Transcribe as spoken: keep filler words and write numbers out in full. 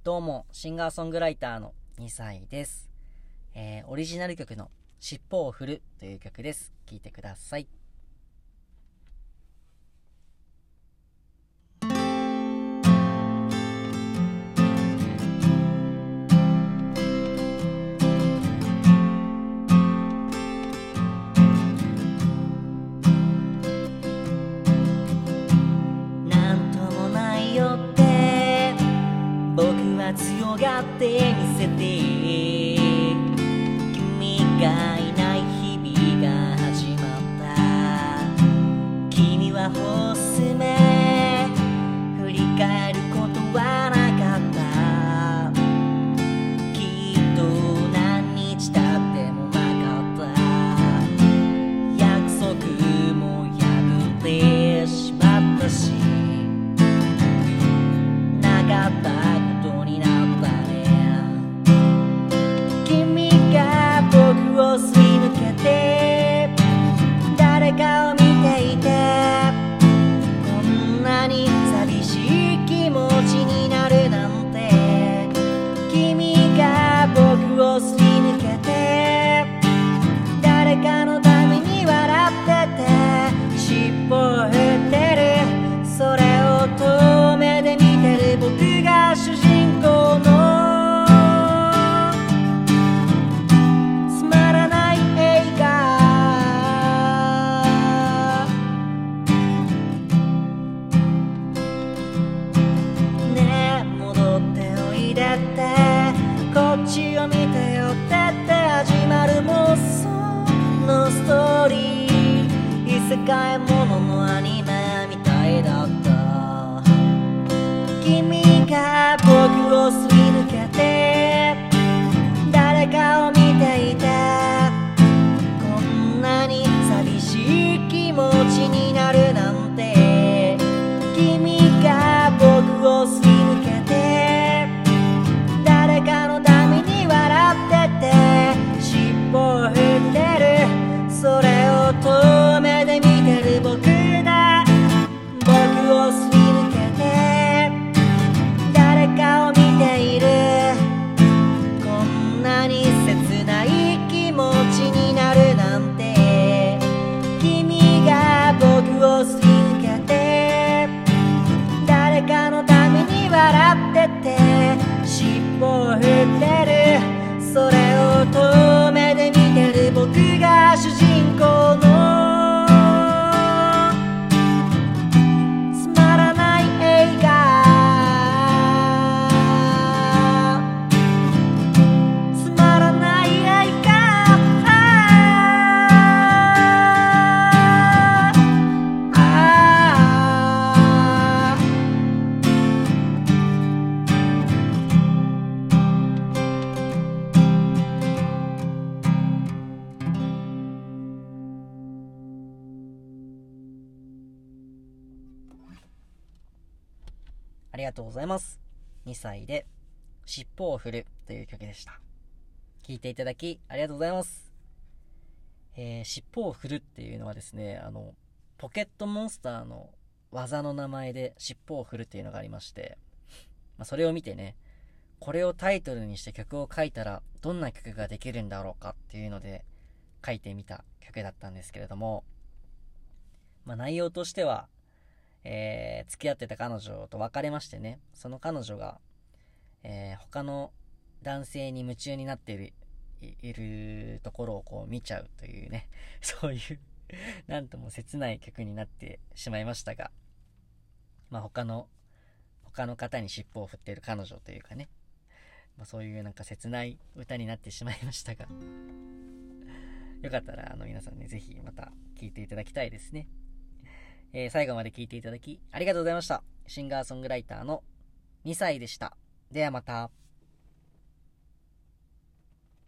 どうも、シンガーソングライターのにさいです。えー、オリジナル曲の尻尾を振るという曲です。聴いてください。 なんともないよって僕は強がってみせて、君がいない日々が始まった。君はホスメ振り返ることはなかった。きっと何日経ってもなかった。約束も破ってしまったし、なかったことになったね。君が僕をすり抜けて誰かを見ていて、こんなに寂しい気持ちになるなんて。君が僕をすり抜けて誰かのために笑ってて、尻尾を振ってる。それを遠目で見てる僕が主人公のつまらない映画。ねえ戻っておいでって、こっちを見てよってって始まる妄想のストーリー。異世界もののアニメみたいだった。君が僕をすり抜けて誰かを見ていて、こんなに寂しい気持ちになるなんて。君が僕をすり抜けて誰かのために笑ってて、尻尾を振ってる。それを遠目で見てる僕だ。僕をすり抜けて誰かを見ている。こんなに切ない気持ちになるなんて。君が僕をすり抜けて誰かのために笑ってて、尻尾を振ってる。それを遠目で見てる僕が主人公のつまらない映画。つまらない映画。 ありがとうございます。にさいで尻尾を振るという曲でした。聴いていただきありがとうございます。えー、尻尾を振るっていうのはですね、あのポケットモンスターの技の名前で尻尾を振るっていうのがありまして、まあ、それを見てね、これをタイトルにして曲を書いたらどんな曲ができるんだろうかっていうので書いてみた曲だったんですけれども、まあ、内容としてはえー、付き合ってた彼女と別れましてね、その彼女が、えー、他の男性に夢中になっている、い, いるところをこう見ちゃうというね、そういうなんとも切ない曲になってしまいましたが、まあ他の他の方に尻尾を振っている彼女というかね、まあ、そういうなんか切ない歌になってしまいましたが、よかったらあの皆さんね、ぜひまた聴いていただきたいですね。えー、最後まで聞いていただきありがとうございました。シンガーソングライターのにさいでした。ではまた。